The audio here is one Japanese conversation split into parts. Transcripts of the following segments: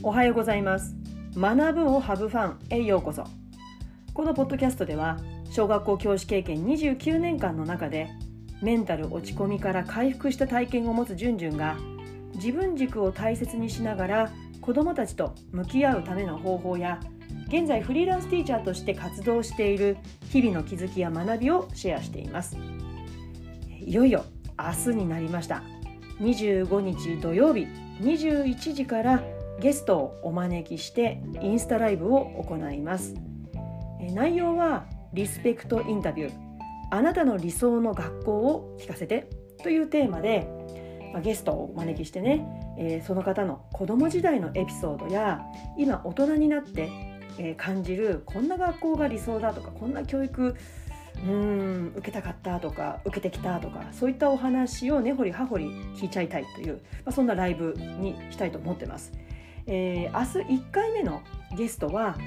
おはようございます。学ぶをハブファンへようこそ。このポッドキャストでは小学校教師経験29年間の中でメンタル落ち込みから回復した体験を持つじゅんじゅんが自分軸を大切にしながら子どもたちと向き合うための方法や現在フリーランスティーチャーとして活動している日々の気づきや学びをシェアしています。いよいよ明日になりました。25日土曜日21時からゲストをお招きしてインスタライブを行います。内容はリスペクトインタビュー、あなたの理想の学校を聞かせてというテーマで、ゲストをお招きしてね、その方の子供時代のエピソードや今大人になって、感じるこんな学校が理想だとか、こんな教育受けたかったとか受けてきたとか、そういったお話を根掘り葉掘り聞いちゃいたいという、そんなライブにしたいと思ってます。明日1回目のゲストは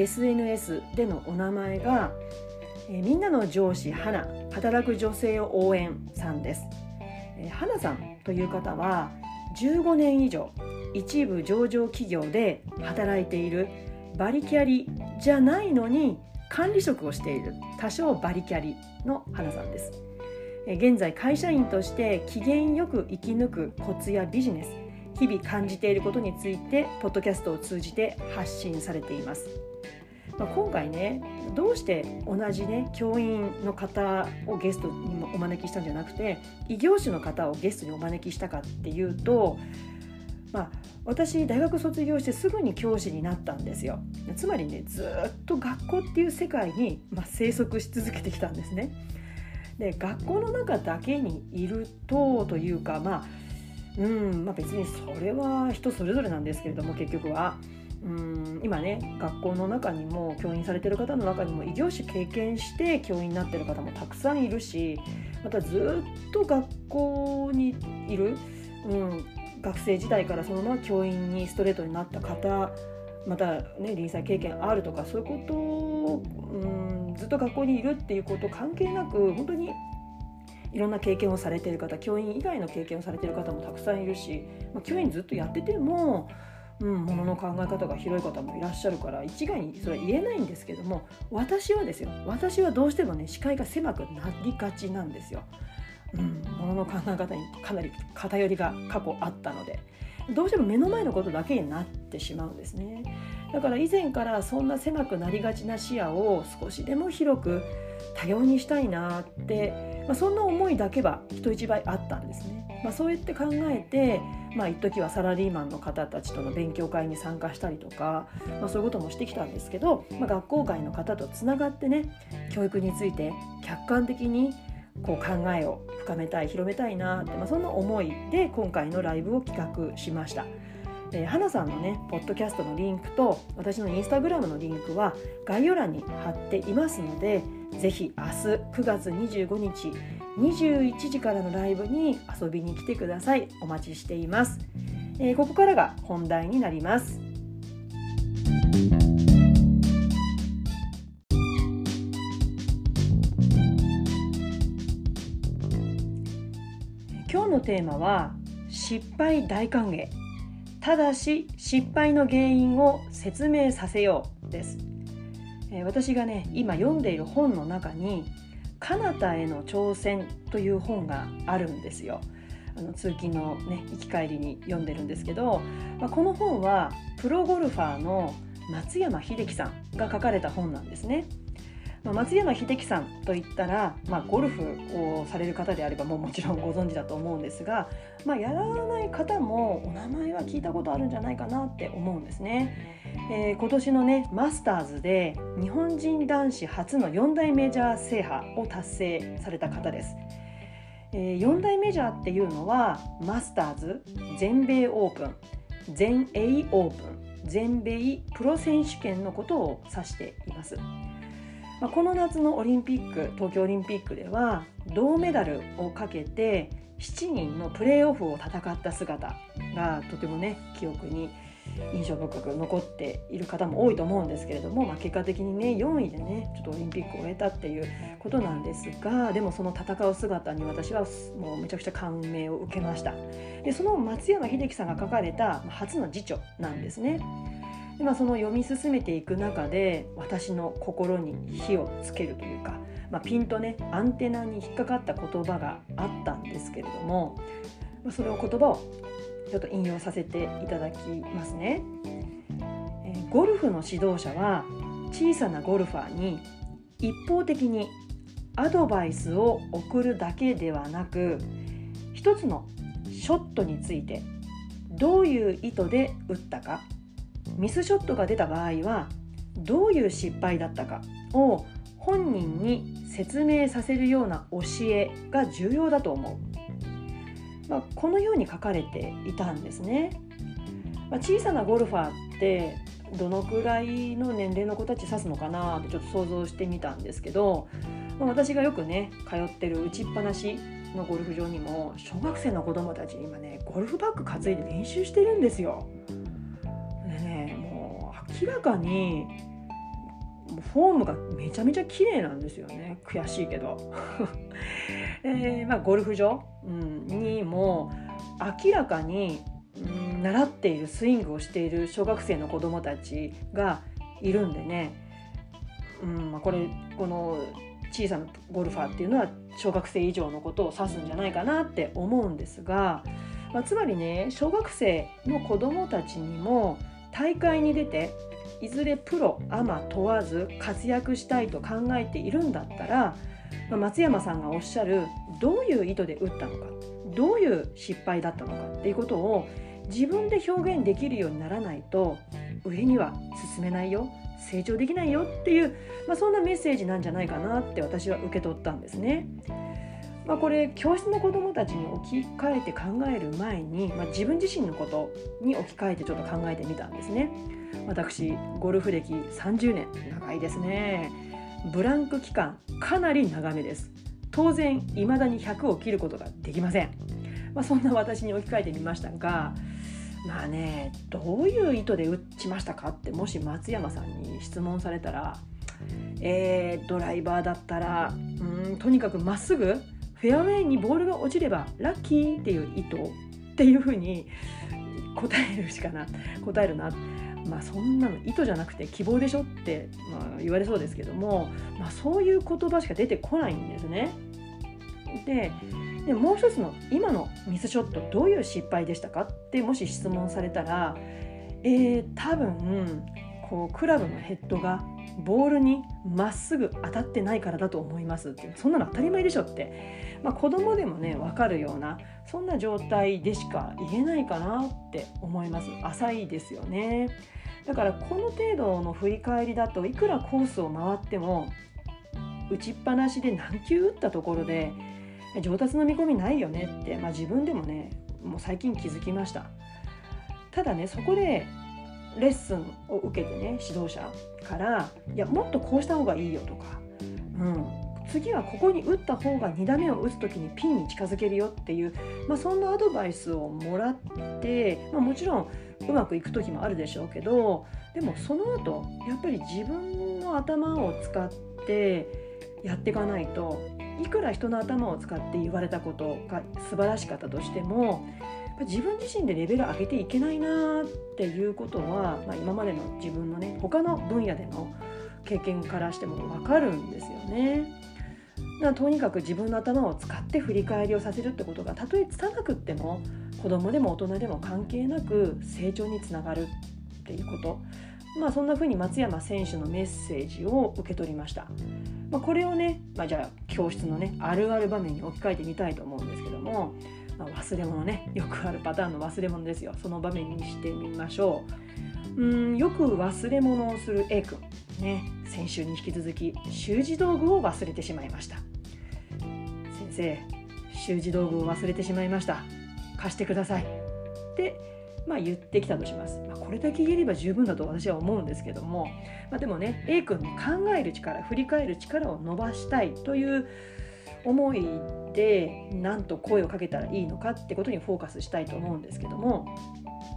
SNS でのお名前が、みんなの上司花働く女性を応援さんです。花さんという方は15年以上一部上場企業で働いているバリキャリじゃないのに管理職をしている多少バリキャリの花さんです。現在会社員として機嫌よく生き抜くコツやビジネス、日々感じていることについてポッドキャストを通じて発信されています。今回ね、どうして同じね教員の方をゲストにもお招きしたんじゃなくて異業種の方をゲストにお招きしたかっていうと、私大学卒業してすぐに教師になったんですよ。つまりね、ずっと学校っていう世界に、生息し続けてきたんですね。で、学校の中だけにいるというか、別にそれは人それぞれなんですけれども、結局は今ね、学校の中にも教員されている方の中にも異業種経験して教員になっている方もたくさんいるし、またずっと学校にいる、学生時代からそのまま教員にストレートになった方、またね臨済経験あるとか、そういうことをずっと学校にいるっていうこと関係なく、本当にいろんな経験をされている方、教員以外の経験をされている方もたくさんいるし、教員ずっとやっててもものの考え方が広い方もいらっしゃるから一概にそれは言えないんですけども、私はどうしてもね視界が狭くなりがちなんですよ。ものの考え方にかなり偏りが過去あったので、どうしても目の前のことだけになってしまうんですね。だから以前からそんな狭くなりがちな視野を少しでも広く多様にしたいなって、そんな思いだけは人一倍あったんですね。そうやって考えて、一時はサラリーマンの方たちとの勉強会に参加したりとか、そういうこともしてきたんですけど、学校外の方とつながってね、教育について客観的に考えを深めたい、広めたいなって、そんな思いで今回のライブを企画しました。花さんのねポッドキャストのリンクと私のインスタグラムのリンクは概要欄に貼っていますので、ぜひ明日9月25日21時からのライブに遊びに来てください。お待ちしています。ここからが本題になります。今日のテーマは失敗大歓迎、ただし失敗の原因を説明させようです。私がね今読んでいる本の中に彼方への挑戦という本があるんですよ。通勤のね行き帰りに読んでるんですけど、この本はプロゴルファーの松山英樹さんが書かれた本なんですね。松山英樹さんといったら、ゴルフをされる方であればもちろんご存知だと思うんですが、やらない方もお名前は聞いたことあるんじゃないかなって思うんですね。今年のねマスターズで日本人男子初の4大メジャー制覇を達成された方です。4大メジャーっていうのはマスターズ、全米オープン、全英オープン、全米プロ選手権のことを指しています。この夏のオリンピック、東京オリンピックでは銅メダルをかけて7人のプレーオフを戦った姿がとてもね記憶に印象深く残っている方も多いと思うんですけれども、結果的にね4位でねちょっとオリンピックを終えたっていうことなんですが、でもその戦う姿に私はもうめちゃくちゃ感銘を受けました。でその松山英樹さんが書かれた初の辞書なんですね。で、その読み進めていく中で私の心に火をつけるというか、ピンとねアンテナに引っかかった言葉があったんですけれども、それを言葉をちょっと引用させていただきますね。ゴルフの指導者は小さなゴルファーに一方的にアドバイスを送るだけではなく、一つのショットについてどういう意図で打ったか、ミスショットが出た場合はどういう失敗だったかを本人に説明させるような教えが重要だと思う。このように書かれていたんですね。小さなゴルファーってどのくらいの年齢の子たち指すのかなってちょっと想像してみたんですけど、私がよくね通ってる打ちっぱなしのゴルフ場にも小学生の子供たち今ねゴルフバッグ担いで練習してるんですよ。でね、もう明らかにフォームがめちゃめちゃ綺麗なんですよね。悔しいけどゴルフ場、にも明らかに、習っているスイングをしている小学生の子どもたちがいるんでね、この小さなゴルファーっていうのは小学生以上のことを指すんじゃないかなって思うんですが、つまりね小学生の子どもたちにも大会に出ていずれプロアマ問わず活躍したいと考えているんだったら、松山さんがおっしゃるどういう意図で打ったのか、どういう失敗だったのかっていうことを自分で表現できるようにならないと上には進めないよ、成長できないよっていう、そんなメッセージなんじゃないかなって私は受け取ったんですね。これ教室の子どもたちに置き換えて考える前に、自分自身のことに置き換えてちょっと考えてみたんですね。私ゴルフ歴30年、長いですね。ブランク期間かなり長めです。当然未だに100を切ることができません。そんな私に置き換えてみましたが、どういう意図で打ちましたかってもし松山さんに質問されたら、ドライバーだったらとにかくまっすぐフェアウェイにボールが落ちればラッキーっていう意図っていうふうに答えるな。そんなの意図じゃなくて希望でしょって、言われそうですけども、そういう言葉しか出てこないんですね。でもう一つの今のミスショットどういう失敗でしたかってもし質問されたら、多分クラブのヘッドがボールにまっすぐ当たってないからだと思いますって、そんなの当たり前でしょって、子供でもね分かるようなそんな状態でしか言えないかなって思います。浅いですよね。だからこの程度の振り返りだといくらコースを回っても打ちっぱなしで何球打ったところで上達の見込みないよねって、自分でもねもう最近気づきました。ただねそこでレッスンを受けてね指導者からもっとこうした方がいいよとか、次はここに打った方が2打目を打つ時にピンに近づけるよっていう、そんなアドバイスをもらって、もちろんうまくいく時もあるでしょうけど、でもその後やっぱり自分の頭を使ってやっていかないと、いくら人の頭を使って言われたことが素晴らしかったとしても自分自身でレベル上げていけないなっていうことは、今までの自分のね他の分野での経験からしても分かるんですよね。とにかく自分の頭を使って振り返りをさせるってことがたとえ拙くっても子供でも大人でも関係なく成長につながるっていうこと、そんな風に松山選手のメッセージを受け取りました。これをね、じゃあ教室のねあるある場面に置き換えてみたいと思うんですけども、忘れ物ね、よくあるパターンの忘れ物ですよ。その場面にしてみましょう。よく忘れ物をする A 君ね、先週に引き続き習字道具を忘れてしまいました。先生、習字道具を忘れてしまいました、貸してくださいって言ってきたとします。これだけ言えれば十分だと私は思うんですけども、でもね A 君の考える力、振り返る力を伸ばしたいという思いで何と声をかけたらいいのかってことにフォーカスしたいと思うんですけども、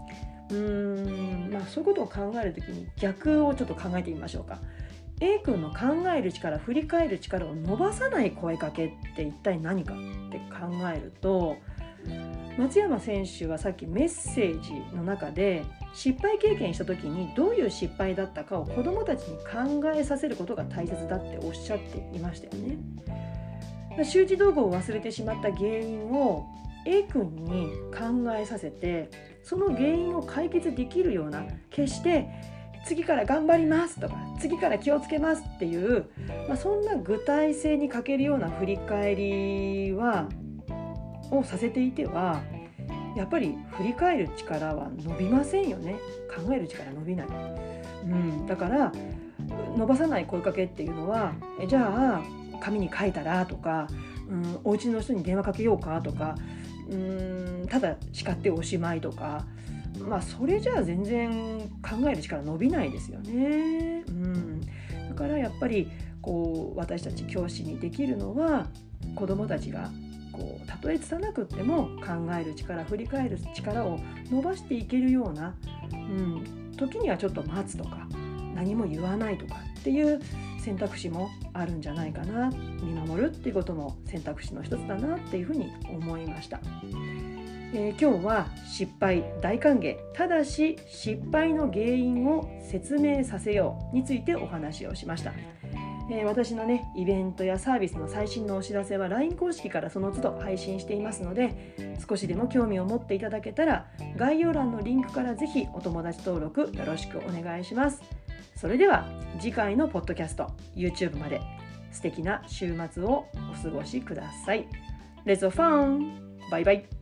そういうことを考えるときに逆をちょっと考えてみましょうか。A 君の考える力、振り返る力を伸ばさない声かけって一体何かって考えると、松山選手はさっきメッセージの中で失敗経験した時にどういう失敗だったかを子どもたちに考えさせることが大切だっておっしゃっていましたよね。習字道具を忘れてしまった原因を A 君に考えさせて、その原因を解決できるような、決して次から頑張りますとか次から気をつけますっていう、そんな具体性に欠けるような振り返りをさせていては、やっぱり振り返る力は伸びませんよね。考える力伸びない、だから伸ばさない声かけっていうのは、じゃあ紙に書いたらとか、お家の人に電話かけようかとか、ただ叱っておしまいとか、それじゃあ全然考える力伸びないですよね。だからやっぱり私たち教師にできるのは、子どもたちがたとえ拙くっても考える力、振り返る力を伸ばしていけるような、時にはちょっと待つとか何も言わないとかっていう選択肢もあるんじゃないかな。見守るっていうことも選択肢の一つだなっていうふうに思いました。今日は失敗大歓迎、ただし失敗の原因を説明させようについてお話をしました。私のイベントやサービスの最新のお知らせは LINE 公式からその都度配信していますので、少しでも興味を持っていただけたら概要欄のリンクからぜひお友達登録よろしくお願いします。それでは次回のポッドキャスト、YouTube まで素敵な週末をお過ごしください。Let's have fun! バイバイ。